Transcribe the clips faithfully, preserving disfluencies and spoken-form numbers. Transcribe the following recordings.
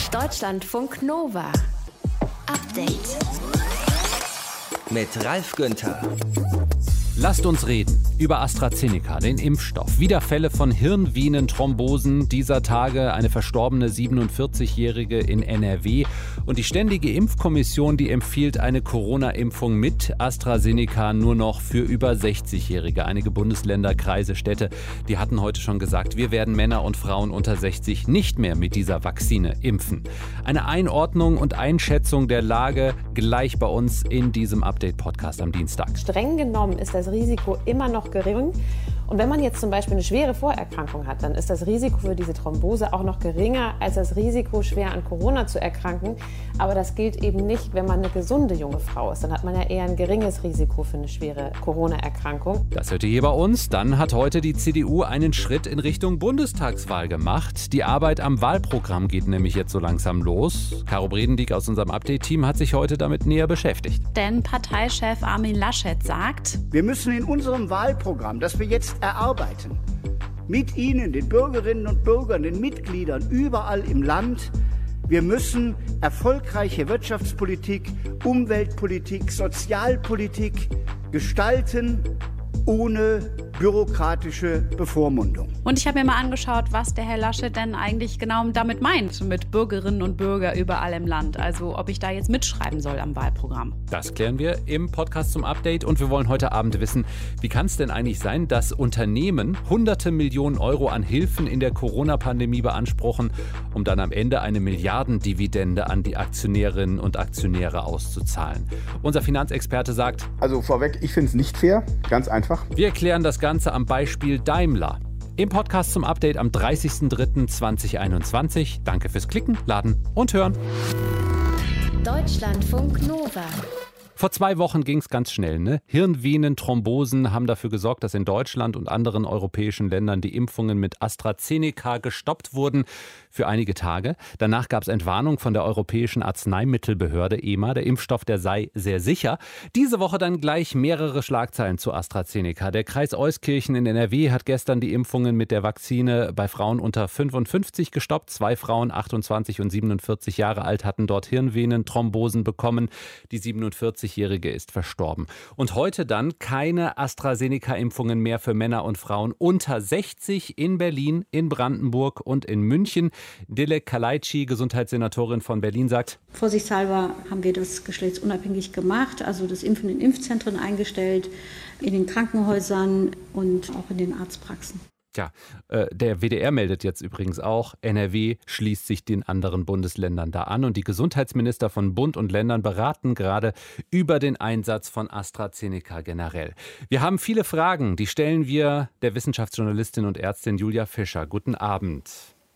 Deutschlandfunk Nova. Update. Mit Ralf Günther. Lasst uns reden über AstraZeneca, den Impfstoff. Wieder Fälle von Hirnvenenthrombosen. Dieser Tage eine verstorbene siebenundvierzigjährige in N R W. Und die Ständige Impfkommission, die empfiehlt eine Corona-Impfung mit AstraZeneca nur noch für über sechzigjährige. Einige Bundesländer, Kreise, Städte, die hatten heute schon gesagt, wir werden Männer und Frauen unter sechzig nicht mehr mit dieser Vakzine impfen. Eine Einordnung und Einschätzung der Lage gleich bei uns in diesem Update-Podcast am Dienstag. Streng genommen ist das Risiko immer noch gering. Und wenn man jetzt zum Beispiel eine schwere Vorerkrankung hat, dann ist das Risiko für diese Thrombose auch noch geringer als das Risiko, schwer an Corona zu erkranken. Aber das gilt eben nicht, wenn man eine gesunde junge Frau ist. Dann hat man ja eher ein geringes Risiko für eine schwere Corona-Erkrankung. Das hört ihr hier bei uns. Dann hat heute die C D U einen Schritt in Richtung Bundestagswahl gemacht. Die Arbeit am Wahlprogramm geht nämlich jetzt so langsam los. Caro Bredendieck aus unserem Update-Team hat sich heute damit näher beschäftigt. Denn Parteichef Armin Laschet sagt: Wir müssen in unserem Wahlprogramm, das wir jetzt erarbeiten, mit Ihnen, den Bürgerinnen und Bürgern, den Mitgliedern überall im Land, wir müssen erfolgreiche Wirtschaftspolitik, Umweltpolitik, Sozialpolitik gestalten, ohne bürokratische Bevormundung. Und ich habe mir mal angeschaut, was der Herr Laschet denn eigentlich genau damit meint, mit Bürgerinnen und Bürgern überall im Land. Also ob ich da jetzt mitschreiben soll am Wahlprogramm. Das klären wir im Podcast zum Update. Und wir wollen heute Abend wissen, wie kann es denn eigentlich sein, dass Unternehmen hunderte Millionen Euro an Hilfen in der Corona-Pandemie beanspruchen, um dann am Ende eine Milliardendividende an die Aktionärinnen und Aktionäre auszuzahlen. Unser Finanzexperte sagt: Also vorweg, ich finde es nicht fair, ganz einfach. Wir erklären das Ganze am Beispiel Daimler. Im Podcast zum Update am dreißigsten dritten zweitausendeinundzwanzig. Danke fürs Klicken, Laden und Hören. Deutschlandfunk Nova. Vor zwei Wochen ging es ganz schnell. Ne? Hirnvenenthrombosen haben dafür gesorgt, dass in Deutschland und anderen europäischen Ländern die Impfungen mit AstraZeneca gestoppt wurden für einige Tage. Danach gab es Entwarnung von der Europäischen Arzneimittelbehörde E M A. Der Impfstoff, der sei sehr sicher. Diese Woche dann gleich mehrere Schlagzeilen zu AstraZeneca. Der Kreis Euskirchen in N R W hat gestern die Impfungen mit der Vakzine bei Frauen unter fünfundfünfzig gestoppt. Zwei Frauen, achtundzwanzig und siebenundvierzig Jahre alt, hatten dort Hirnvenenthrombosen bekommen. Die siebenundvierzig Jährige ist verstorben. Und heute dann keine AstraZeneca-Impfungen mehr für Männer und Frauen unter sechzig in Berlin, in Brandenburg und in München. Dilek Kalaitschi, Gesundheitssenatorin von Berlin, sagt: Vorsichtshalber haben wir das geschlechtsunabhängig gemacht, also das Impfen in Impfzentren eingestellt, in den Krankenhäusern und auch in den Arztpraxen. Tja, äh, der W D R meldet jetzt übrigens auch, N R W schließt sich den anderen Bundesländern da an und die Gesundheitsminister von Bund und Ländern beraten gerade über den Einsatz von AstraZeneca generell. Wir haben viele Fragen, die stellen wir der Wissenschaftsjournalistin und Ärztin Julia Fischer. Guten Abend.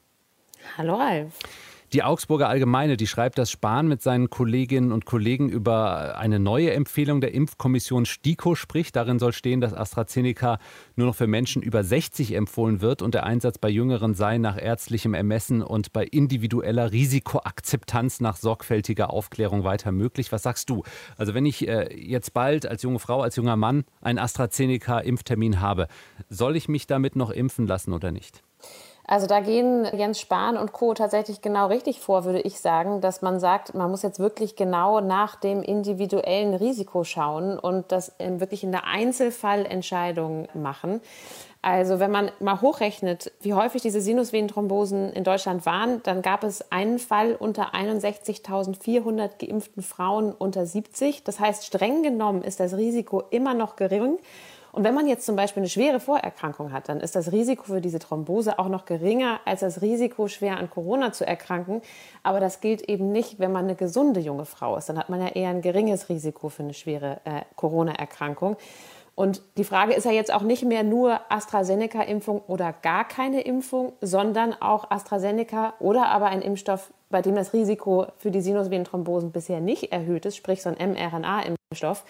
Hallo Ralf. Die Augsburger Allgemeine, die schreibt, dass Spahn mit seinen Kolleginnen und Kollegen über eine neue Empfehlung der Impfkommission STIKO spricht. Darin soll stehen, dass AstraZeneca nur noch für Menschen über sechzig empfohlen wird und der Einsatz bei Jüngeren sei nach ärztlichem Ermessen und bei individueller Risikoakzeptanz nach sorgfältiger Aufklärung weiter möglich. Was sagst du? Also wenn ich äh, jetzt bald als junge Frau, als junger Mann einen AstraZeneca-Impftermin habe, soll ich mich damit noch impfen lassen oder nicht? Also da gehen Jens Spahn und Co. tatsächlich genau richtig vor, würde ich sagen, dass man sagt, man muss jetzt wirklich genau nach dem individuellen Risiko schauen und das wirklich in der Einzelfallentscheidung machen. Also wenn man mal hochrechnet, wie häufig diese Sinusvenenthrombosen in Deutschland waren, dann gab es einen Fall unter einundsechzigtausendvierhundert geimpften Frauen unter siebzig. Das heißt, streng genommen ist das Risiko immer noch gering. Und wenn man jetzt zum Beispiel eine schwere Vorerkrankung hat, dann ist das Risiko für diese Thrombose auch noch geringer als das Risiko, schwer an Corona zu erkranken. Aber das gilt eben nicht, wenn man eine gesunde junge Frau ist. Dann hat man ja eher ein geringes Risiko für eine schwere äh, Corona-Erkrankung. Und die Frage ist ja jetzt auch nicht mehr nur AstraZeneca-Impfung oder gar keine Impfung, sondern auch AstraZeneca oder aber ein Impfstoff, bei dem das Risiko für die Sinusvenenthrombosen bisher nicht erhöht ist, sprich so ein mRNA-Impfstoff.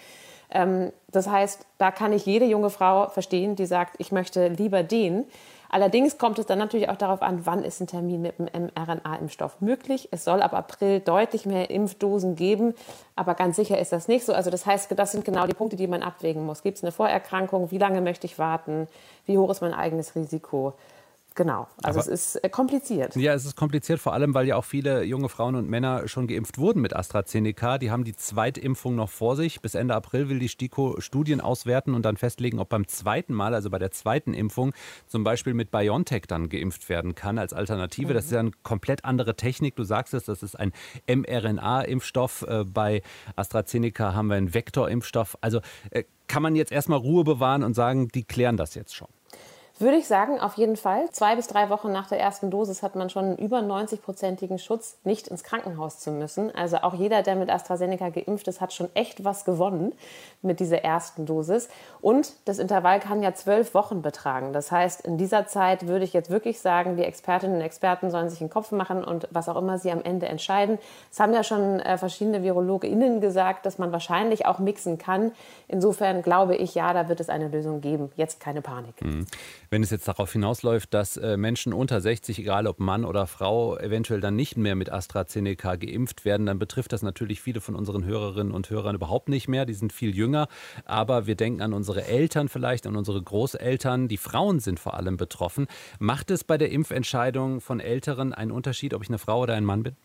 Das heißt, da kann ich jede junge Frau verstehen, die sagt, ich möchte lieber den. Allerdings kommt es dann natürlich auch darauf an, wann ist ein Termin mit dem mRNA-Impfstoff möglich. Es soll ab April deutlich mehr Impfdosen geben, aber ganz sicher ist das nicht so. Also das heißt, das sind genau die Punkte, die man abwägen muss. Gibt es eine Vorerkrankung? Wie lange möchte ich warten? Wie hoch ist mein eigenes Risiko? Genau, also Aber es ist kompliziert. Ja, es ist kompliziert, vor allem, weil ja auch viele junge Frauen und Männer schon geimpft wurden mit AstraZeneca. Die haben die Zweitimpfung noch vor sich. Bis Ende April will die STIKO Studien auswerten und dann festlegen, ob beim zweiten Mal, also bei der zweiten Impfung, zum Beispiel mit BioNTech dann geimpft werden kann als Alternative. Mhm. Das ist ja eine komplett andere Technik. Du sagst es, das ist ein mRNA-Impfstoff. Bei AstraZeneca haben wir einen Vektorimpfstoff. Also kann man jetzt erstmal Ruhe bewahren und sagen, die klären das jetzt schon? Würde ich sagen, auf jeden Fall. Zwei bis drei Wochen nach der ersten Dosis hat man schon einen über neunzig-prozentigen Schutz, nicht ins Krankenhaus zu müssen. Also auch jeder, der mit AstraZeneca geimpft ist, hat schon echt was gewonnen mit dieser ersten Dosis. Und das Intervall kann ja zwölf Wochen betragen. Das heißt, in dieser Zeit würde ich jetzt wirklich sagen, die Expertinnen und Experten sollen sich einen Kopf machen und was auch immer sie am Ende entscheiden. Es haben ja schon äh, verschiedene VirologInnen gesagt, dass man wahrscheinlich auch mixen kann. Insofern glaube ich, ja, da wird es eine Lösung geben. Jetzt keine Panik. Mhm. Wenn es jetzt darauf hinausläuft, dass äh, Menschen unter sechzig, egal ob Mann oder Frau, eventuell dann nicht mehr mit AstraZeneca geimpft werden, dann betrifft das natürlich viele von unseren Hörerinnen und Hörern überhaupt nicht mehr. Die sind viel jünger, aber wir denken an unsere Eltern vielleicht, an unsere Großeltern. Die Frauen sind vor allem betroffen. Macht es bei der Impfentscheidung von Älteren einen Unterschied, ob ich eine Frau oder ein Mann bin?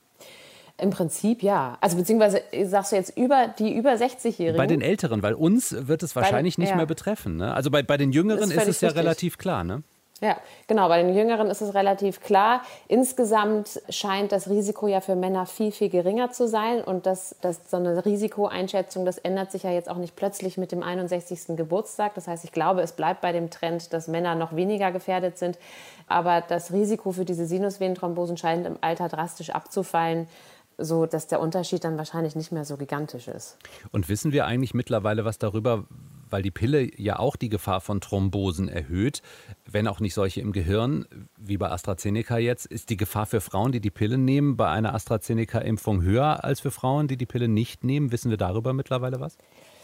Im Prinzip ja. Also beziehungsweise sagst du jetzt über die über sechzig-Jährigen? Bei den Älteren, weil uns wird es wahrscheinlich den, nicht ja. mehr betreffen. Ne? Also bei, bei den Jüngeren ist, ist es ja richtig. Relativ klar, ne? Ja, genau. Bei den Jüngeren ist es relativ klar. Insgesamt scheint das Risiko ja für Männer viel, viel geringer zu sein. Und das, das, so eine Risikoeinschätzung, das ändert sich ja jetzt auch nicht plötzlich mit dem einundsechzigsten Geburtstag. Das heißt, ich glaube, es bleibt bei dem Trend, dass Männer noch weniger gefährdet sind. Aber das Risiko für diese Sinusvenenthrombosen scheint im Alter drastisch abzufallen, so dass der Unterschied dann wahrscheinlich nicht mehr so gigantisch ist. Und wissen wir eigentlich mittlerweile was darüber, weil die Pille ja auch die Gefahr von Thrombosen erhöht, wenn auch nicht solche im Gehirn, wie bei AstraZeneca jetzt, ist die Gefahr für Frauen, die die Pille nehmen, bei einer AstraZeneca-Impfung höher als für Frauen, die die Pille nicht nehmen? Wissen wir darüber mittlerweile was?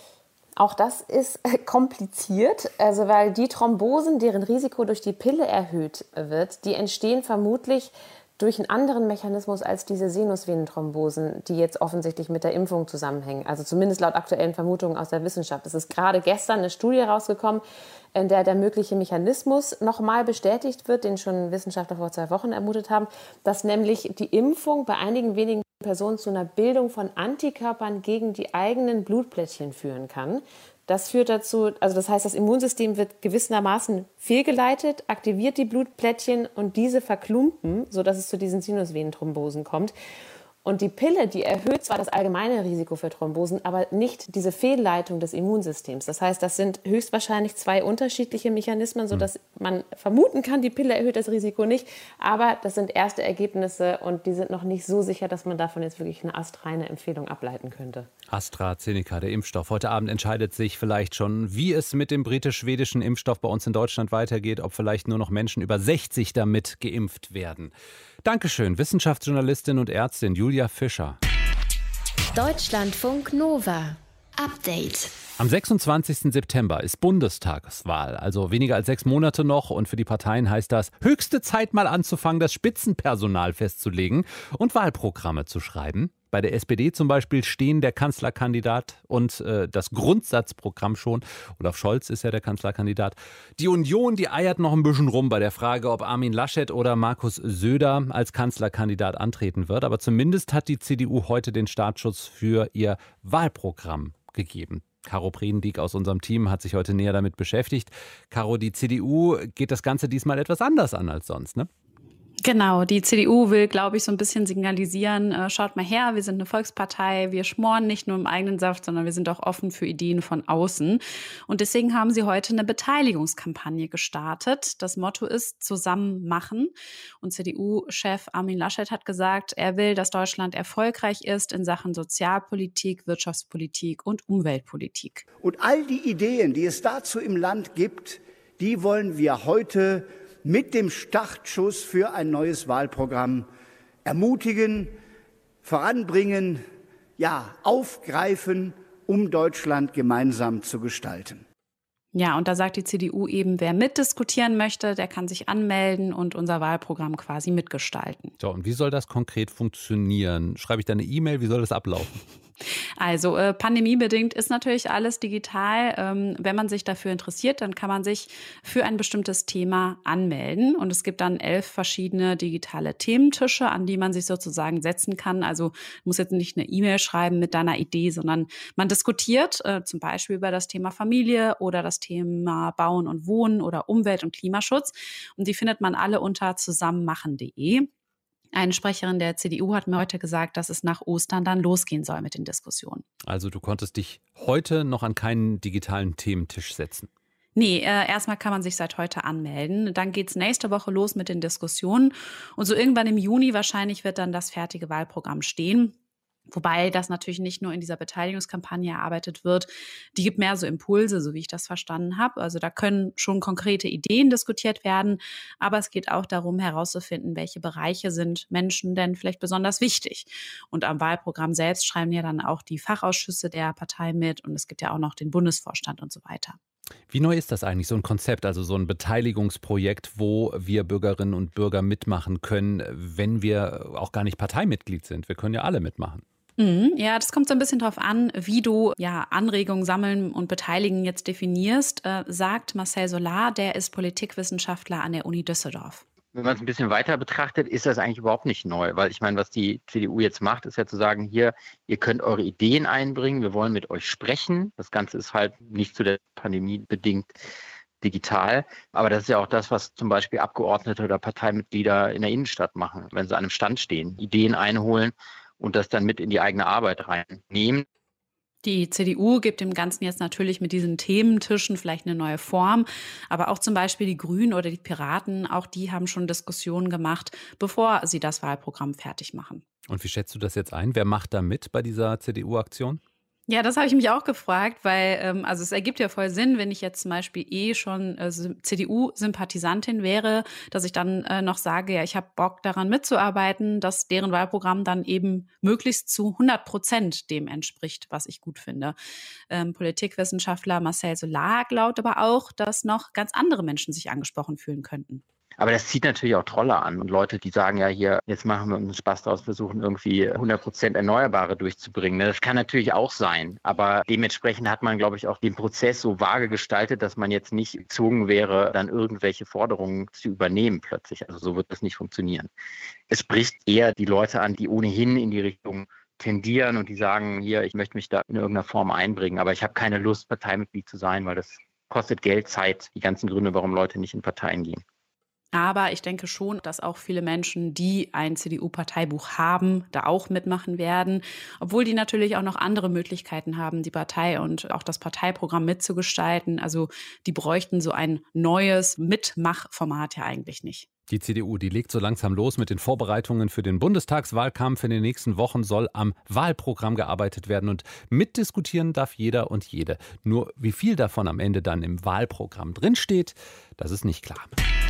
Auch das ist kompliziert, also weil die Thrombosen, deren Risiko durch die Pille erhöht wird, die entstehen vermutlich durch einen anderen Mechanismus als diese Sinusvenenthrombosen, die jetzt offensichtlich mit der Impfung zusammenhängen. Also zumindest laut aktuellen Vermutungen aus der Wissenschaft. Es ist gerade gestern eine Studie rausgekommen, in der der mögliche Mechanismus nochmal bestätigt wird, den schon Wissenschaftler vor zwei Wochen ermutet haben, dass nämlich die Impfung bei einigen wenigen Personen zu einer Bildung von Antikörpern gegen die eigenen Blutplättchen führen kann. Das führt dazu, also das heißt, das Immunsystem wird gewissermaßen fehlgeleitet, aktiviert die Blutplättchen und diese verklumpen, sodass es zu diesen Sinusvenenthrombosen kommt. Und die Pille, die erhöht zwar das allgemeine Risiko für Thrombosen, aber nicht diese Fehlleitung des Immunsystems. Das heißt, das sind höchstwahrscheinlich zwei unterschiedliche Mechanismen, sodass man vermuten kann, die Pille erhöht das Risiko nicht. Aber das sind erste Ergebnisse und die sind noch nicht so sicher, dass man davon jetzt wirklich eine astreine Empfehlung ableiten könnte. AstraZeneca, der Impfstoff. Heute Abend entscheidet sich vielleicht schon, wie es mit dem britisch-schwedischen Impfstoff bei uns in Deutschland weitergeht, ob vielleicht nur noch Menschen über sechzig damit geimpft werden. Dankeschön, Wissenschaftsjournalistin und Ärztin Julia Fischer. Deutschlandfunk Nova. Update. Am sechsundzwanzigsten September ist Bundestagswahl, also weniger als sechs Monate noch. Und für die Parteien heißt das, höchste Zeit mal anzufangen, das Spitzenpersonal festzulegen und Wahlprogramme zu schreiben. Bei der S P D zum Beispiel stehen der Kanzlerkandidat und äh, das Grundsatzprogramm schon. Olaf Scholz ist ja der Kanzlerkandidat. Die Union, die eiert noch ein bisschen rum bei der Frage, ob Armin Laschet oder Markus Söder als Kanzlerkandidat antreten wird. Aber zumindest hat die C D U heute den Startschuss für ihr Wahlprogramm gegeben. Caro Predendieck aus unserem Team hat sich heute näher damit beschäftigt. Caro, die C D U geht das Ganze diesmal etwas anders an als sonst, ne? Genau, die C D U will, glaube ich, so ein bisschen signalisieren, äh, schaut mal her, wir sind eine Volkspartei, wir schmoren nicht nur im eigenen Saft, sondern wir sind auch offen für Ideen von außen. Und deswegen haben sie heute eine Beteiligungskampagne gestartet. Das Motto ist zusammen machen. Und C D U-Chef Armin Laschet hat gesagt, er will, dass Deutschland erfolgreich ist in Sachen Sozialpolitik, Wirtschaftspolitik und Umweltpolitik. Und all die Ideen, die es dazu im Land gibt, die wollen wir heute mit dem Startschuss für ein neues Wahlprogramm ermutigen, voranbringen, ja, aufgreifen, um Deutschland gemeinsam zu gestalten. Ja, und da sagt die C D U eben, wer mitdiskutieren möchte, der kann sich anmelden und unser Wahlprogramm quasi mitgestalten. So, und wie soll das konkret funktionieren? Schreibe ich da eine E-Mail? Wie soll das ablaufen? Also äh, pandemiebedingt ist natürlich alles digital. Ähm, wenn man sich dafür interessiert, dann kann man sich für ein bestimmtes Thema anmelden. Und es gibt dann elf verschiedene digitale Thementische, an die man sich sozusagen setzen kann. Also muss jetzt nicht eine E-Mail schreiben mit deiner Idee, sondern man diskutiert äh, zum Beispiel über das Thema Familie oder das Thema Bauen und Wohnen oder Umwelt- und Klimaschutz. Und die findet man alle unter zusammenmachen punkt de. Eine Sprecherin der C D U hat mir heute gesagt, dass es nach Ostern dann losgehen soll mit den Diskussionen. Also du konntest dich heute noch an keinen digitalen Thementisch setzen? Nee, äh, erstmal kann man sich seit heute anmelden. Dann geht's nächste Woche los mit den Diskussionen. Und so irgendwann im Juni wahrscheinlich wird dann das fertige Wahlprogramm stehen. Wobei das natürlich nicht nur in dieser Beteiligungskampagne erarbeitet wird. Die gibt mehr so Impulse, so wie ich das verstanden habe. Also da können schon konkrete Ideen diskutiert werden. Aber es geht auch darum, herauszufinden, welche Bereiche sind Menschen denn vielleicht besonders wichtig. Und am Wahlprogramm selbst schreiben ja dann auch die Fachausschüsse der Partei mit. Und es gibt ja auch noch den Bundesvorstand und so weiter. Wie neu ist das eigentlich, so ein Konzept, also so ein Beteiligungsprojekt, wo wir Bürgerinnen und Bürger mitmachen können, wenn wir auch gar nicht Parteimitglied sind? Wir können ja alle mitmachen. Mhm, ja, das kommt so ein bisschen drauf an, wie du ja Anregungen sammeln und beteiligen jetzt definierst, äh, sagt Marcel Solar, der ist Politikwissenschaftler an der Uni Düsseldorf. Wenn man es ein bisschen weiter betrachtet, ist das eigentlich überhaupt nicht neu. Weil ich meine, was die C D U jetzt macht, ist ja zu sagen, hier, ihr könnt eure Ideen einbringen, wir wollen mit euch sprechen. Das Ganze ist halt nicht zu der Pandemie bedingt digital. Aber das ist ja auch das, was zum Beispiel Abgeordnete oder Parteimitglieder in der Innenstadt machen, wenn sie an einem Stand stehen, Ideen einholen und das dann mit in die eigene Arbeit reinnehmen. Die C D U gibt dem Ganzen jetzt natürlich mit diesen Thementischen vielleicht eine neue Form. Aber auch zum Beispiel die Grünen oder die Piraten, auch die haben schon Diskussionen gemacht, bevor sie das Wahlprogramm fertig machen. Und wie schätzt du das jetzt ein? Wer macht da mit bei dieser C D U-Aktion? Ja, das habe ich mich auch gefragt, weil ähm, also es ergibt ja voll Sinn, wenn ich jetzt zum Beispiel eh schon äh, C D U-Sympathisantin wäre, dass ich dann äh, noch sage, ja, ich habe Bock daran mitzuarbeiten, dass deren Wahlprogramm dann eben möglichst zu hundert Prozent dem entspricht, was ich gut finde. Ähm, Politikwissenschaftler Marcel Solar glaubt aber auch, dass noch ganz andere Menschen sich angesprochen fühlen könnten. Aber das zieht natürlich auch Trolle an und Leute, die sagen, ja hier, jetzt machen wir uns Spaß draus, versuchen irgendwie hundert Prozent Erneuerbare durchzubringen. Das kann natürlich auch sein, aber dementsprechend hat man, glaube ich, auch den Prozess so vage gestaltet, dass man jetzt nicht gezwungen wäre, dann irgendwelche Forderungen zu übernehmen plötzlich. Also so wird das nicht funktionieren. Es spricht eher die Leute an, die ohnehin in die Richtung tendieren und die sagen, hier, ich möchte mich da in irgendeiner Form einbringen, aber ich habe keine Lust, Parteimitglied zu sein, weil das kostet Geld, Zeit, die ganzen Gründe, warum Leute nicht in Parteien gehen. Aber ich denke schon, dass auch viele Menschen, die ein C D U-Parteibuch haben, da auch mitmachen werden, obwohl die natürlich auch noch andere Möglichkeiten haben, die Partei und auch das Parteiprogramm mitzugestalten. Also die bräuchten so ein neues Mitmachformat ja eigentlich nicht. Die C D U, die legt so langsam los mit den Vorbereitungen für den Bundestagswahlkampf. In den nächsten Wochen soll am Wahlprogramm gearbeitet werden und mitdiskutieren darf jeder und jede. Nur wie viel davon am Ende dann im Wahlprogramm drinsteht, das ist nicht klar.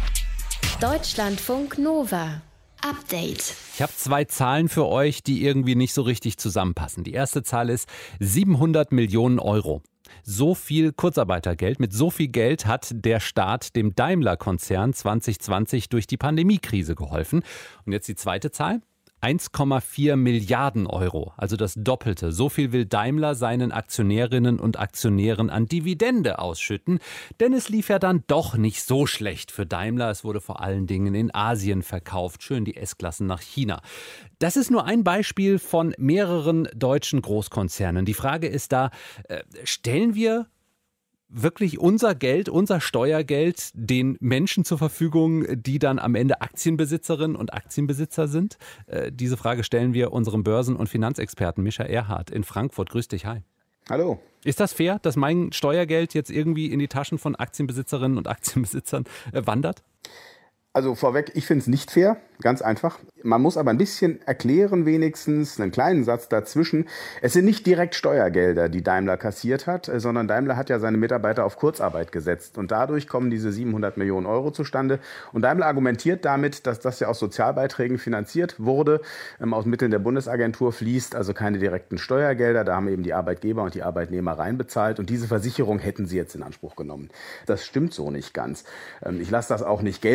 Deutschlandfunk Nova. Update. Ich habe zwei Zahlen für euch, die irgendwie nicht so richtig zusammenpassen. Die erste Zahl ist siebenhundert Millionen Euro. So viel Kurzarbeitergeld, mit so viel Geld hat der Staat dem Daimler-Konzern zwanzig zwanzig durch die Pandemiekrise geholfen. Und jetzt die zweite Zahl. eins Komma vier Milliarden Euro, also das Doppelte. So viel will Daimler seinen Aktionärinnen und Aktionären an Dividende ausschütten. Denn es lief ja dann doch nicht so schlecht für Daimler. Es wurde vor allen Dingen in Asien verkauft. Schön die S-Klassen nach China. Das ist nur ein Beispiel von mehreren deutschen Großkonzernen. Die Frage ist da, äh, stellen wir wirklich unser Geld, unser Steuergeld den Menschen zur Verfügung, die dann am Ende Aktienbesitzerinnen und Aktienbesitzer sind? Äh, diese Frage stellen wir unserem Börsen- und Finanzexperten Mischa Erhardt in Frankfurt. Grüß dich, hi. Hallo. Ist das fair, dass mein Steuergeld jetzt irgendwie in die Taschen von Aktienbesitzerinnen und Aktienbesitzern äh, wandert? Also vorweg, ich finde es nicht fair, ganz einfach. Man muss aber ein bisschen erklären, wenigstens einen kleinen Satz dazwischen. Es sind nicht direkt Steuergelder, die Daimler kassiert hat, sondern Daimler hat ja seine Mitarbeiter auf Kurzarbeit gesetzt. Und dadurch kommen diese siebenhundert Millionen Euro zustande. Und Daimler argumentiert damit, dass das ja aus Sozialbeiträgen finanziert wurde, ähm, aus Mitteln der Bundesagentur fließt, also keine direkten Steuergelder. Da haben eben die Arbeitgeber und die Arbeitnehmer reinbezahlt. Und diese Versicherung hätten sie jetzt in Anspruch genommen. Das stimmt so nicht ganz. Ähm, ich lasse das auch nicht gelten. Und deswegen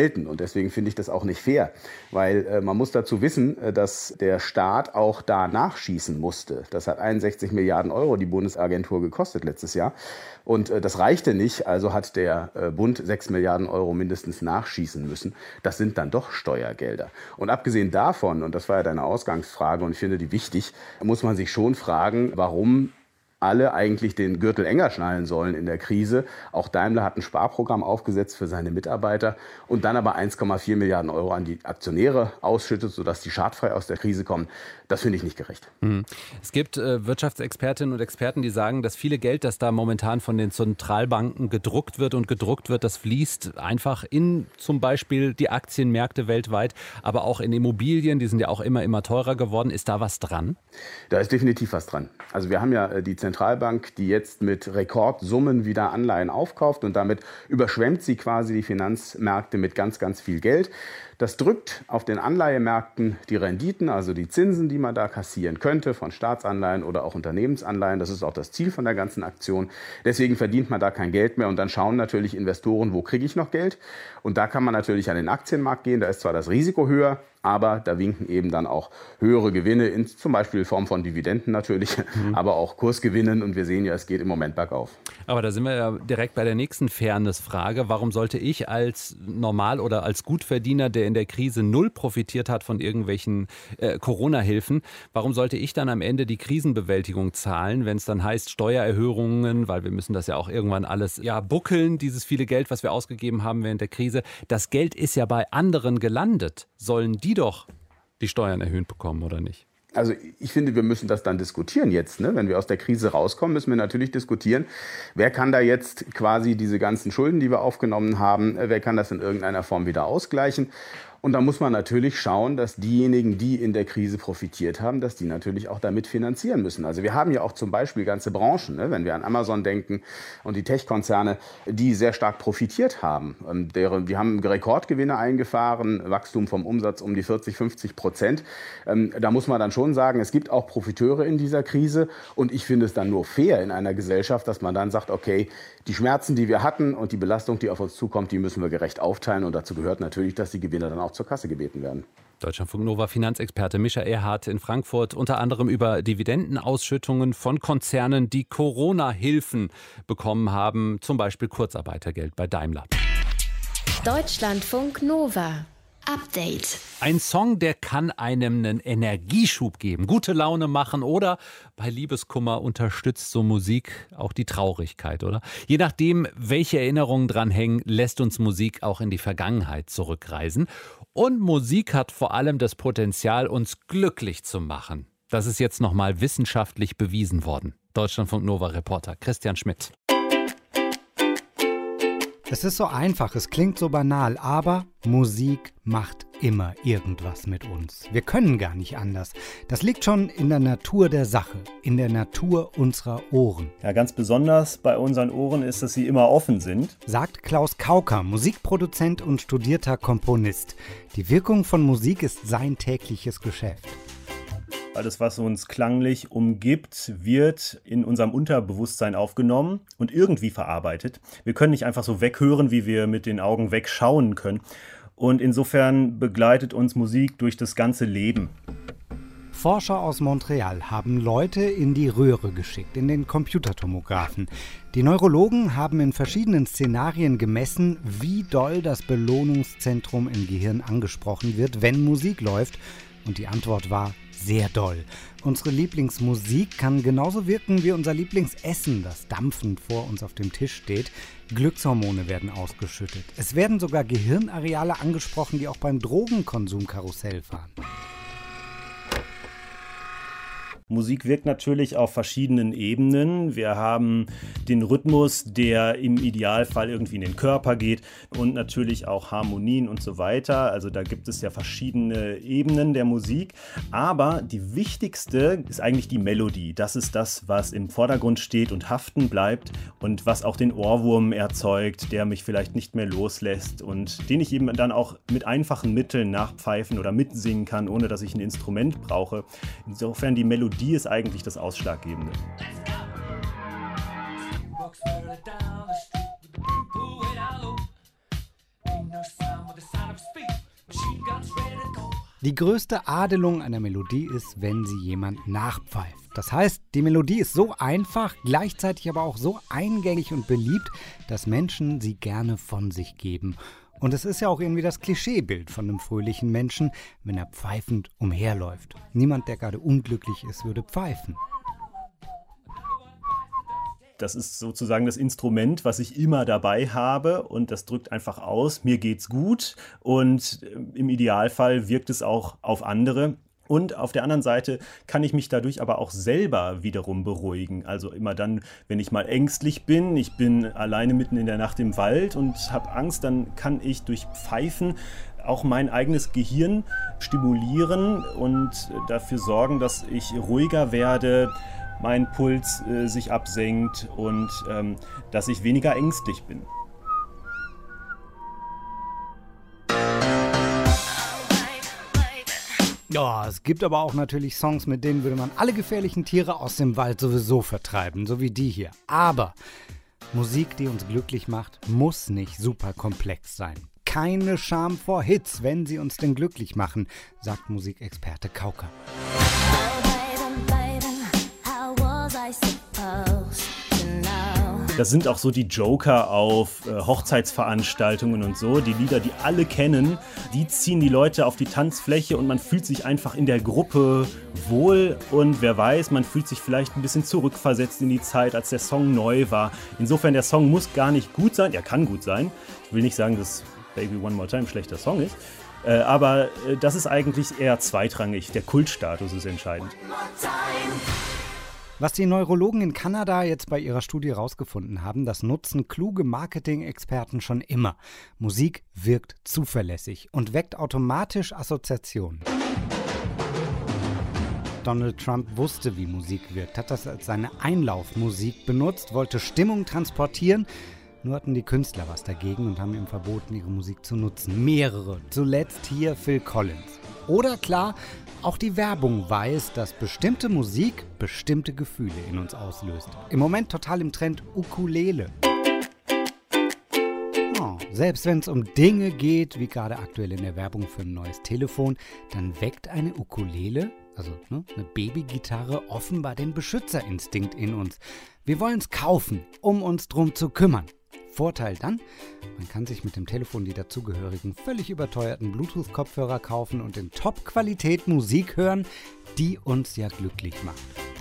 deswegen finde ich das auch nicht fair, weil äh, man muss dazu wissen, äh, dass der Staat auch da nachschießen musste. Das hat einundsechzig Milliarden Euro die Bundesagentur gekostet letztes Jahr und äh, das reichte nicht, also hat der äh, Bund sechs Milliarden Euro mindestens nachschießen müssen. Das sind dann doch Steuergelder. Und abgesehen davon, und das war ja deine Ausgangsfrage und ich finde die wichtig, muss man sich schon fragen, warum alle eigentlich den Gürtel enger schnallen sollen in der Krise. Auch Daimler hat ein Sparprogramm aufgesetzt für seine Mitarbeiter und dann aber eins Komma vier Milliarden Euro an die Aktionäre ausschüttet, sodass die schadfrei aus der Krise kommen. Das finde ich nicht gerecht. Mhm. Es gibt äh, Wirtschaftsexpertinnen und Experten, die sagen, dass viele Geld, das da momentan von den Zentralbanken gedruckt wird und gedruckt wird, das fließt einfach in zum Beispiel die Aktienmärkte weltweit, aber auch in Immobilien, die sind ja auch immer, immer teurer geworden. Ist da was dran? Da ist definitiv was dran. Also wir haben ja äh, die Zentralbank, die jetzt mit Rekordsummen wieder Anleihen aufkauft und damit überschwemmt sie quasi die Finanzmärkte mit ganz, ganz viel Geld. Das drückt auf den Anleihemärkten die Renditen, also die Zinsen, die man da kassieren könnte von Staatsanleihen oder auch Unternehmensanleihen. Das ist auch das Ziel von der ganzen Aktion. Deswegen verdient man da kein Geld mehr und dann schauen natürlich Investoren, wo kriege ich noch Geld? Und da kann man natürlich an den Aktienmarkt gehen. Da ist zwar das Risiko höher, aber da winken eben dann auch höhere Gewinne, in, zum Beispiel in Form von Dividenden natürlich, mhm. aber auch Kursgewinnen. Und wir sehen ja, es geht im Moment bergauf. Aber da sind wir ja direkt bei der nächsten Fairness-Frage. Warum sollte ich als Normal- oder als Gutverdiener, der in der Krise null profitiert hat von irgendwelchen äh, Corona-Hilfen, warum sollte ich dann am Ende die Krisenbewältigung zahlen, wenn es dann heißt Steuererhöhungen, weil wir müssen das ja auch irgendwann alles ja buckeln, dieses viele Geld, was wir ausgegeben haben während der Krise. Das Geld ist ja bei anderen gelandet. Sollen die doch die Steuern erhöht bekommen oder nicht? Also ich finde, wir müssen das dann diskutieren jetzt. Ne? Wenn wir aus der Krise rauskommen, müssen wir natürlich diskutieren, wer kann da jetzt quasi diese ganzen Schulden, die wir aufgenommen haben, wer kann das in irgendeiner Form wieder ausgleichen. Und da muss man natürlich schauen, dass diejenigen, die in der Krise profitiert haben, dass die natürlich auch damit finanzieren müssen. Also wir haben ja auch zum Beispiel ganze Branchen, ne? Wenn wir an Amazon denken und die Tech-Konzerne, die sehr stark profitiert haben. Und deren, die haben Rekordgewinne eingefahren, Wachstum vom Umsatz um die vierzig, fünfzig Prozent. Ähm, da muss man dann schon sagen, es gibt auch Profiteure in dieser Krise. Und ich finde es dann nur fair in einer Gesellschaft, dass man dann sagt, okay, die Schmerzen, die wir hatten und die Belastung, die auf uns zukommt, die müssen wir gerecht aufteilen. Und dazu gehört natürlich, dass die Gewinner dann auch zur Kasse gebeten werden. Deutschlandfunk Nova Finanzexperte Mischa Erhardt in Frankfurt unter anderem über Dividendenausschüttungen von Konzernen, die Corona-Hilfen bekommen haben, zum Beispiel Kurzarbeitergeld bei Daimler. Deutschlandfunk Nova Update. Ein Song, der kann einem einen Energieschub geben, gute Laune machen oder bei Liebeskummer unterstützt so Musik auch die Traurigkeit, oder? Je nachdem, welche Erinnerungen dran hängen, lässt uns Musik auch in die Vergangenheit zurückreisen. Und Musik hat vor allem das Potenzial, uns glücklich zu machen. Das ist jetzt nochmal wissenschaftlich bewiesen worden. Deutschlandfunk Nova Reporter Christian Schmidt. Es ist so einfach, es klingt so banal, aber Musik macht immer irgendwas mit uns. Wir können gar nicht anders. Das liegt schon in der Natur der Sache, in der Natur unserer Ohren. Ja, ganz besonders bei unseren Ohren ist, dass sie immer offen sind. Sagt Klaus Kauker, Musikproduzent und studierter Komponist. Die Wirkung von Musik ist sein tägliches Geschäft. Alles, was uns klanglich umgibt, wird in unserem Unterbewusstsein aufgenommen und irgendwie verarbeitet. Wir können nicht einfach so weghören, wie wir mit den Augen wegschauen können. Und insofern begleitet uns Musik durch das ganze Leben. Forscher aus Montreal haben Leute in die Röhre geschickt, in den Computertomographen. Die Neurologen haben in verschiedenen Szenarien gemessen, wie doll das Belohnungszentrum im Gehirn angesprochen wird, wenn Musik läuft. Und die Antwort war sehr doll. Unsere Lieblingsmusik kann genauso wirken wie unser Lieblingsessen, das dampfend vor uns auf dem Tisch steht. Glückshormone werden ausgeschüttet. Es werden sogar Gehirnareale angesprochen, die auch beim Drogenkonsum Karussell fahren. Musik wirkt natürlich auf verschiedenen Ebenen. Wir haben den Rhythmus, der im Idealfall irgendwie in den Körper geht und natürlich auch Harmonien und so weiter. Also da gibt es ja verschiedene Ebenen der Musik. Aber die wichtigste ist eigentlich die Melodie. Das ist das, was im Vordergrund steht und haften bleibt und was auch den Ohrwurm erzeugt, der mich vielleicht nicht mehr loslässt und den ich eben dann auch mit einfachen Mitteln nachpfeifen oder mitsingen kann, ohne dass ich ein Instrument brauche. Insofern die Melodie Die ist eigentlich das Ausschlaggebende. Die größte Adelung einer Melodie ist, wenn sie jemand nachpfeift. Das heißt, die Melodie ist so einfach, gleichzeitig aber auch so eingängig und beliebt, dass Menschen sie gerne von sich geben. Und es ist ja auch irgendwie das Klischeebild von einem fröhlichen Menschen, wenn er pfeifend umherläuft. Niemand, der gerade unglücklich ist, würde pfeifen. Das ist sozusagen das Instrument, was ich immer dabei habe, und das drückt einfach aus, mir geht's gut, und im Idealfall wirkt es auch auf andere. Und auf der anderen Seite kann ich mich dadurch aber auch selber wiederum beruhigen. Also immer dann, wenn ich mal ängstlich bin, ich bin alleine mitten in der Nacht im Wald und habe Angst, dann kann ich durch Pfeifen auch mein eigenes Gehirn stimulieren und dafür sorgen, dass ich ruhiger werde, mein Puls äh, sich absenkt und ähm, dass ich weniger ängstlich bin. Ja, es gibt aber auch natürlich Songs, mit denen würde man alle gefährlichen Tiere aus dem Wald sowieso vertreiben, so wie die hier. Aber Musik, die uns glücklich macht, muss nicht super komplex sein. Keine Scham vor Hits, wenn sie uns denn glücklich machen, sagt Musikexperte Kauker. Das sind auch so die Joker auf äh, Hochzeitsveranstaltungen und so. Die Lieder, die alle kennen, die ziehen die Leute auf die Tanzfläche und man fühlt sich einfach in der Gruppe wohl. Und wer weiß, man fühlt sich vielleicht ein bisschen zurückversetzt in die Zeit, als der Song neu war. Insofern, der Song muss gar nicht gut sein. Er kann gut sein. Ich will nicht sagen, dass Baby One More Time ein schlechter Song ist. Äh, aber äh, das ist eigentlich eher zweitrangig. Der Kultstatus ist entscheidend. Was die Neurologen in Kanada jetzt bei ihrer Studie herausgefunden haben, das nutzen kluge Marketing-Experten schon immer. Musik wirkt zuverlässig und weckt automatisch Assoziationen. Donald Trump wusste, wie Musik wirkt, hat das als seine Einlaufmusik benutzt, wollte Stimmung transportieren. Nur hatten die Künstler was dagegen und haben ihm verboten, ihre Musik zu nutzen. Mehrere. Zuletzt hier Phil Collins. Oder klar, auch die Werbung weiß, dass bestimmte Musik bestimmte Gefühle in uns auslöst. Im Moment total im Trend Ukulele. Oh, selbst wenn es um Dinge geht, wie gerade aktuell in der Werbung für ein neues Telefon, dann weckt eine Ukulele, also ne, eine Babygitarre, offenbar den Beschützerinstinkt in uns. Wir wollen es kaufen, um uns drum zu kümmern. Vorteil dann, man kann sich mit dem Telefon die dazugehörigen völlig überteuerten Bluetooth-Kopfhörer kaufen und in Top-Qualität Musik hören, die uns ja glücklich macht.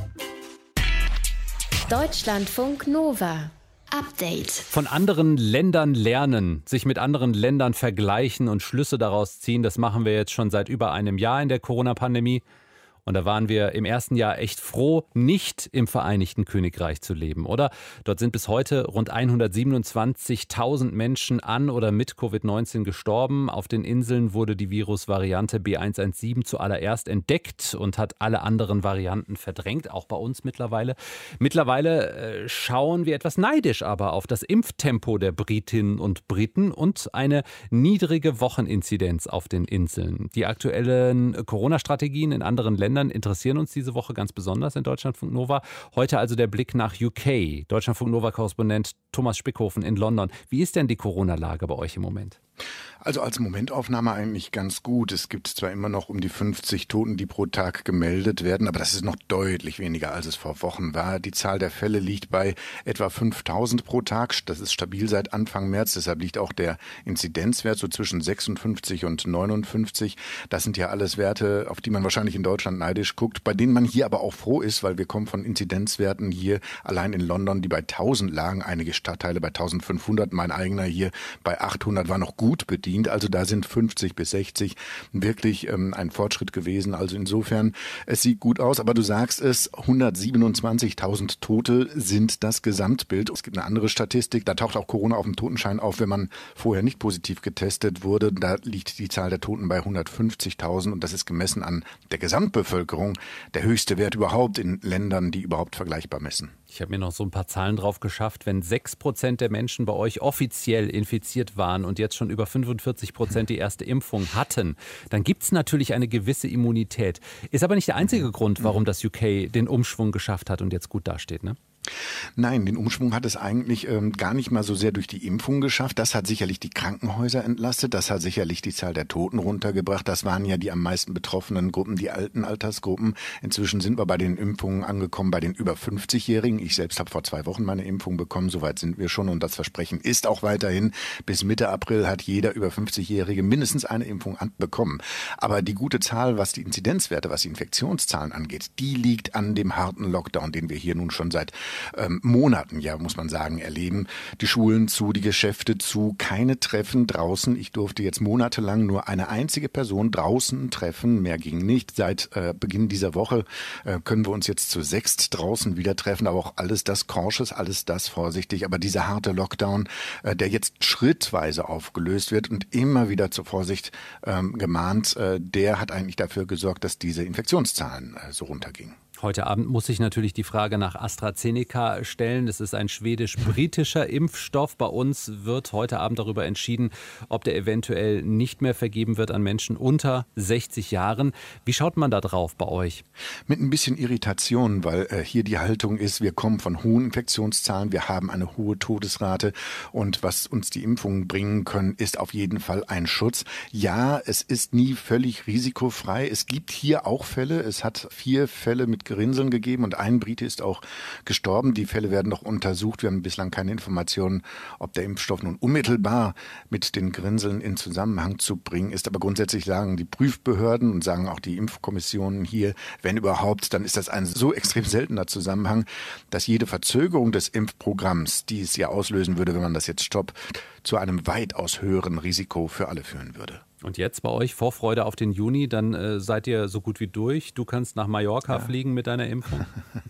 Deutschlandfunk Nova. Update. Von anderen Ländern lernen, sich mit anderen Ländern vergleichen und Schlüsse daraus ziehen, das machen wir jetzt schon seit über einem Jahr in der Corona-Pandemie. Und da waren wir im ersten Jahr echt froh, nicht im Vereinigten Königreich zu leben, oder? Dort sind bis heute rund hundertsiebenundzwanzigtausend Menschen an oder mit Covid neunzehn gestorben. Auf den Inseln wurde die Virusvariante B eins eins sieben zuallererst entdeckt und hat alle anderen Varianten verdrängt, auch bei uns mittlerweile. Mittlerweile äh, schauen wir etwas neidisch aber auf das Impftempo der Britinnen und Briten und eine niedrige Wocheninzidenz auf den Inseln. Die aktuellen Corona-Strategien in anderen Ländern interessieren uns diese Woche ganz besonders in Deutschlandfunk Nova. Heute also der Blick nach U K. Deutschlandfunk Nova-Korrespondent Thomas Spickhofen in London. Wie ist denn die Corona-Lage bei euch im Moment? Also als Momentaufnahme eigentlich ganz gut. Es gibt zwar immer noch um die fünfzig Toten, die pro Tag gemeldet werden, aber das ist noch deutlich weniger, als es vor Wochen war. Die Zahl der Fälle liegt bei etwa fünftausend pro Tag. Das ist stabil seit Anfang März. Deshalb liegt auch der Inzidenzwert so zwischen sechsundfünfzig und neunundfünfzig. Das sind ja alles Werte, auf die man wahrscheinlich in Deutschland neidisch guckt, bei denen man hier aber auch froh ist, weil wir kommen von Inzidenzwerten hier allein in London, die bei tausend lagen. Einige Stadtteile bei eintausendfünfhundert. Mein eigener hier bei achthundert war noch gut bedient. Also da sind fünfzig bis sechzig wirklich ähm, ein Fortschritt gewesen. Also insofern, es sieht gut aus. Aber du sagst es, hundertsiebenundzwanzigtausend Tote sind das Gesamtbild. Es gibt eine andere Statistik. Da taucht auch Corona auf dem Totenschein auf, wenn man vorher nicht positiv getestet wurde. Da liegt die Zahl der Toten bei hundertfünfzigtausend. Und das ist gemessen an der Gesamtbevölkerung der höchste Wert überhaupt in Ländern, die überhaupt vergleichbar messen. Ich habe mir noch so ein paar Zahlen drauf geschafft. Wenn sechs Prozent der Menschen bei euch offiziell infiziert waren und jetzt schon über fünfundvierzig Prozent die erste Impfung hatten, dann gibt es natürlich eine gewisse Immunität. Ist aber nicht der einzige Grund, warum das U K den Umschwung geschafft hat und jetzt gut dasteht, ne? Nein, den Umschwung hat es eigentlich ähm, gar nicht mal so sehr durch die Impfung geschafft. Das hat sicherlich die Krankenhäuser entlastet. Das hat sicherlich die Zahl der Toten runtergebracht. Das waren ja die am meisten betroffenen Gruppen, die alten Altersgruppen. Inzwischen sind wir bei den Impfungen angekommen, bei den über fünfzigjährigen. Ich selbst habe vor zwei Wochen meine Impfung bekommen. Soweit sind wir schon. Und das Versprechen ist auch weiterhin, bis Mitte April hat jeder über fünfzigjährige mindestens eine Impfung bekommen. Aber die gute Zahl, was die Inzidenzwerte, was die Infektionszahlen angeht, die liegt an dem harten Lockdown, den wir hier nun schon seit ähm, Monaten, ja, muss man sagen, erleben. Die Schulen zu, die Geschäfte zu, keine Treffen draußen. Ich durfte jetzt monatelang nur eine einzige Person draußen treffen. Mehr ging nicht. Seit äh, Beginn dieser Woche äh, können wir uns jetzt zu sechst draußen wieder treffen. Aber auch alles das cautious, alles das vorsichtig. Aber dieser harte Lockdown, äh, der jetzt schrittweise aufgelöst wird und immer wieder zur Vorsicht ähm, gemahnt, äh, der hat eigentlich dafür gesorgt, dass diese Infektionszahlen äh, so runtergingen. Heute Abend muss ich natürlich die Frage nach AstraZeneca stellen. Das ist ein schwedisch-britischer Impfstoff. Bei uns wird heute Abend darüber entschieden, ob der eventuell nicht mehr vergeben wird an Menschen unter sechzig Jahren. Wie schaut man da drauf bei euch? Mit ein bisschen Irritation, weil äh, hier die Haltung ist, wir kommen von hohen Infektionszahlen, wir haben eine hohe Todesrate und was uns die Impfungen bringen können, ist auf jeden Fall ein Schutz. Ja, es ist nie völlig risikofrei. Es gibt hier auch Fälle. Es hat vier Fälle mit Gerinnseln gegeben und ein Brite ist auch gestorben. Die Fälle werden noch untersucht. Wir haben bislang keine Informationen, ob der Impfstoff nun unmittelbar mit den Gerinnseln in Zusammenhang zu bringen ist. Aber grundsätzlich sagen die Prüfbehörden und sagen auch die Impfkommissionen hier, wenn überhaupt, dann ist das ein so extrem seltener Zusammenhang, dass jede Verzögerung des Impfprogramms, die es ja auslösen würde, wenn man das jetzt stoppt, zu einem weitaus höheren Risiko für alle führen würde. Und jetzt bei euch Vorfreude auf den Juni, dann äh, seid ihr so gut wie durch. Du kannst nach Mallorca ja. fliegen mit deiner Impfung.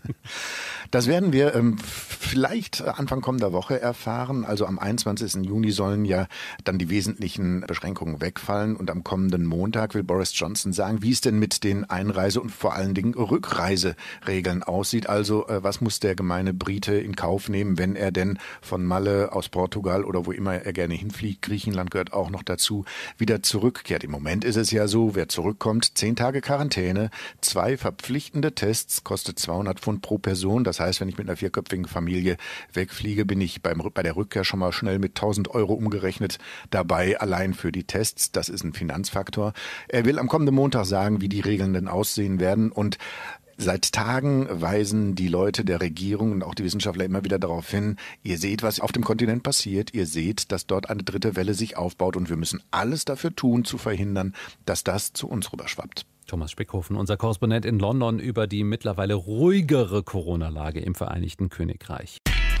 Das werden wir ähm, vielleicht Anfang kommender Woche erfahren. Also am einundzwanzigsten Juni sollen ja dann die wesentlichen Beschränkungen wegfallen. Und am kommenden Montag will Boris Johnson sagen, wie es denn mit den Einreise- und vor allen Dingen Rückreiseregeln aussieht. Also äh, was muss der gemeine Brite in Kauf nehmen, wenn er denn von Malle aus Portugal oder wo immer er gerne hinfliegt, Griechenland gehört auch noch dazu, wieder zurück. Rückkehrt. Im Moment ist es ja so, wer zurückkommt, zehn Tage Quarantäne, zwei verpflichtende Tests, kostet zweihundert Pfund pro Person. Das heißt, wenn ich mit einer vierköpfigen Familie wegfliege, bin ich beim, bei der Rückkehr schon mal schnell mit tausend Euro umgerechnet dabei, allein für die Tests. Das ist ein Finanzfaktor. Er will am kommenden Montag sagen, wie die Regeln denn aussehen werden und seit Tagen weisen die Leute der Regierung und auch die Wissenschaftler immer wieder darauf hin, ihr seht, was auf dem Kontinent passiert, ihr seht, dass dort eine dritte Welle sich aufbaut und wir müssen alles dafür tun, zu verhindern, dass das zu uns rüberschwappt. Thomas Spickhofen, unser Korrespondent in London, über die mittlerweile ruhigere Corona-Lage im Vereinigten Königreich.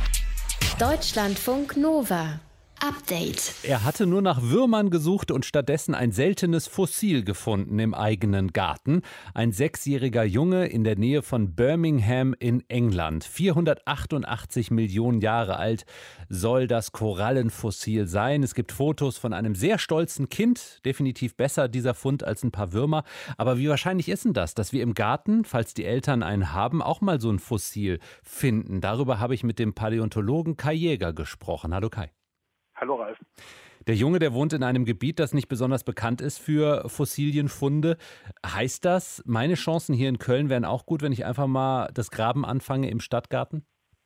Deutschlandfunk Nova. Update. Er hatte nur nach Würmern gesucht und stattdessen ein seltenes Fossil gefunden im eigenen Garten. Ein sechsjähriger Junge in der Nähe von Birmingham in England. vierhundertachtundachtzig Millionen Jahre alt soll das Korallenfossil sein. Es gibt Fotos von einem sehr stolzen Kind. Definitiv besser dieser Fund als ein paar Würmer. Aber wie wahrscheinlich ist denn das, dass wir im Garten, falls die Eltern einen haben, auch mal so ein Fossil finden? Darüber habe ich mit dem Paläontologen Kai Jäger gesprochen. Hallo Kai. Hallo Ralf. Der Junge, der wohnt in einem Gebiet, das nicht besonders bekannt ist für Fossilienfunde. Heißt das, meine Chancen hier in Köln wären auch gut, wenn ich einfach mal das Graben anfange im Stadtgarten?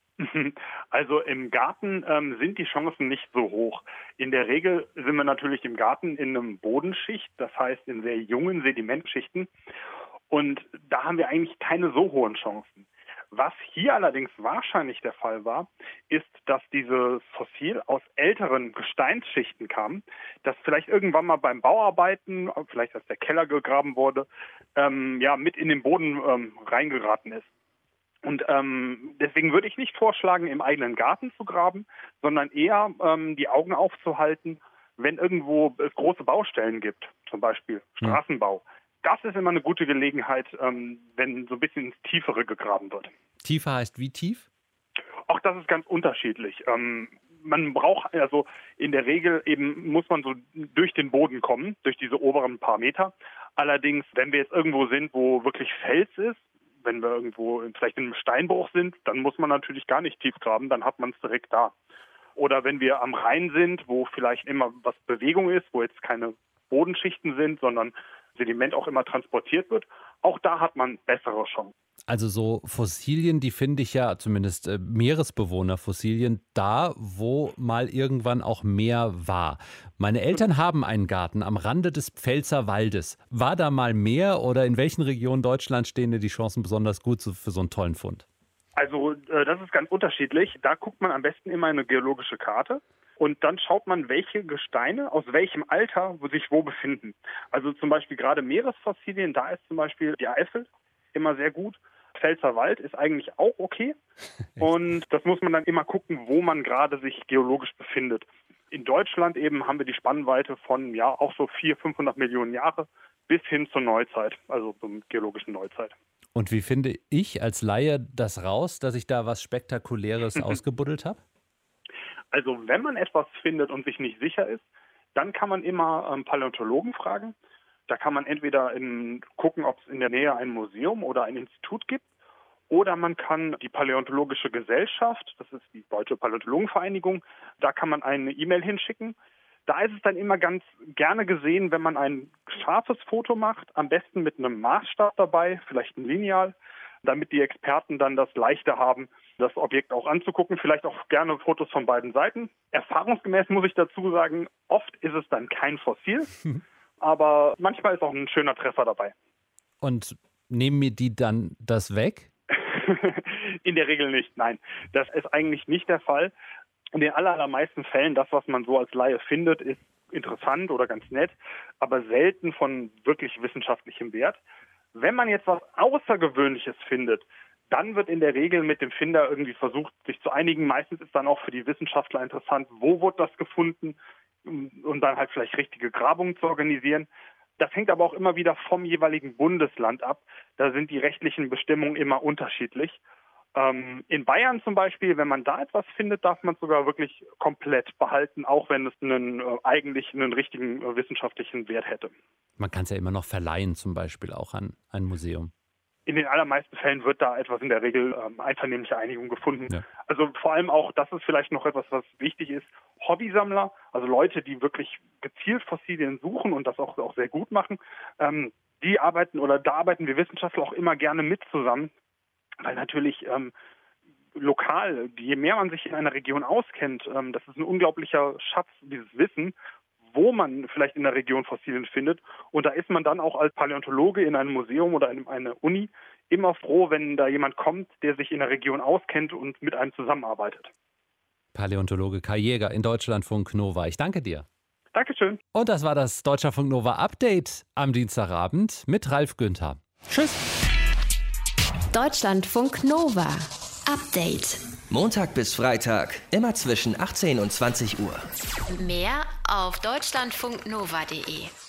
Also im Garten ähm, sind die Chancen nicht so hoch. In der Regel sind wir natürlich im Garten in einem Bodenschicht, das heißt in sehr jungen Sedimentschichten. Und da haben wir eigentlich keine so hohen Chancen. Was hier allerdings wahrscheinlich der Fall war, ist, dass dieses Fossil aus älteren Gesteinsschichten kam, das vielleicht irgendwann mal beim Bauarbeiten, vielleicht als der Keller gegraben wurde, ähm, ja mit in den Boden ähm, reingeraten ist. Und ähm, deswegen würde ich nicht vorschlagen, im eigenen Garten zu graben, sondern eher ähm, die Augen aufzuhalten, wenn irgendwo es große Baustellen gibt, zum Beispiel Straßenbau. Das ist immer eine gute Gelegenheit, ähm, wenn so ein bisschen ins Tiefere gegraben wird. Tiefer heißt wie tief? Auch das ist ganz unterschiedlich. Ähm, man braucht also in der Regel eben, muss man so durch den Boden kommen, durch diese oberen paar Meter. Allerdings, wenn wir jetzt irgendwo sind, wo wirklich Fels ist, wenn wir irgendwo vielleicht in einem Steinbruch sind, dann muss man natürlich gar nicht tief graben, dann hat man es direkt da. Oder wenn wir am Rhein sind, wo vielleicht immer was Bewegung ist, wo jetzt keine Bodenschichten sind, sondern Sediment auch immer transportiert wird. auch da hat man bessere Chancen. Also so Fossilien, die finde ich ja, zumindest äh, Meeresbewohnerfossilien, da, wo mal irgendwann auch Meer war. Meine Eltern haben einen Garten am Rande des Pfälzer Waldes. War da mal Meer oder in welchen Regionen Deutschlands stehen denn die Chancen besonders gut für so einen tollen Fund? Also äh, das ist ganz unterschiedlich. Da guckt man am besten immer eine geologische Karte. Und dann schaut man, welche Gesteine aus welchem Alter sich wo befinden. Also zum Beispiel gerade Meeresfossilien, da ist zum Beispiel die Eifel immer sehr gut. Pfälzer Wald ist eigentlich auch okay. Und das muss man dann immer gucken, wo man gerade sich geologisch befindet. In Deutschland eben haben wir die Spannweite von ja auch so vierhundert, fünfhundert Millionen Jahre bis hin zur Neuzeit, also zur geologischen Neuzeit. Und wie finde ich als Laie das raus, dass ich da was Spektakuläres ausgebuddelt habe? Also wenn man etwas findet und sich nicht sicher ist, dann kann man immer ähm, Paläontologen fragen. Da kann man entweder in, gucken, ob es in der Nähe ein Museum oder ein Institut gibt. Oder man kann die Paläontologische Gesellschaft, das ist die Deutsche Paläontologenvereinigung, da kann man eine E-Mail hinschicken. Da ist es dann immer ganz gerne gesehen, wenn man ein scharfes Foto macht, am besten mit einem Maßstab dabei, vielleicht ein Lineal, damit die Experten dann das Leichter haben, das Objekt auch anzugucken, vielleicht auch gerne Fotos von beiden Seiten. Erfahrungsgemäß muss ich dazu sagen, oft ist es dann kein Fossil. Aber manchmal ist auch ein schöner Treffer dabei. Und nehmen mir die dann das weg? In der Regel nicht, nein. Das ist eigentlich nicht der Fall. In den allermeisten Fällen, das, was man so als Laie findet, ist interessant oder ganz nett, aber selten von wirklich wissenschaftlichem Wert. Wenn man jetzt was Außergewöhnliches findet, dann wird in der Regel mit dem Finder irgendwie versucht, sich zu einigen. Meistens ist dann auch für die Wissenschaftler interessant, wo wurde das gefunden, und dann halt vielleicht richtige Grabungen zu organisieren. Das hängt aber auch immer wieder vom jeweiligen Bundesland ab. Da sind die rechtlichen Bestimmungen immer unterschiedlich. Ähm, in Bayern zum Beispiel, wenn man da etwas findet, darf man es sogar wirklich komplett behalten, auch wenn es einen, äh, eigentlich einen richtigen äh, wissenschaftlichen Wert hätte. Man kann es ja immer noch verleihen, zum Beispiel auch an ein Museum. In den allermeisten Fällen wird da etwas in der Regel ähm, einvernehmliche Einigung gefunden. Ja. Also vor allem auch, das ist vielleicht noch etwas, was wichtig ist, Hobbysammler, also Leute, die wirklich gezielt Fossilien suchen und das auch, auch sehr gut machen, ähm, die arbeiten oder da arbeiten wir Wissenschaftler auch immer gerne mit zusammen, weil natürlich ähm, lokal, je mehr man sich in einer Region auskennt, ähm, das ist ein unglaublicher Schatz, dieses Wissen, wo man vielleicht in der Region Fossilien findet. Und da ist man dann auch als Paläontologe in einem Museum oder in einer Uni immer froh, wenn da jemand kommt, der sich in der Region auskennt und mit einem zusammenarbeitet. Paläontologe Kai Jäger in Deutschlandfunk Nova. Ich danke dir. Dankeschön. Und das war das Deutschlandfunk Nova Update am Dienstagabend mit Ralf Günther. Tschüss. Deutschlandfunk Nova Update. Montag bis Freitag, immer zwischen achtzehn und zwanzig Uhr. Mehr auf deutschlandfunknova punkt de.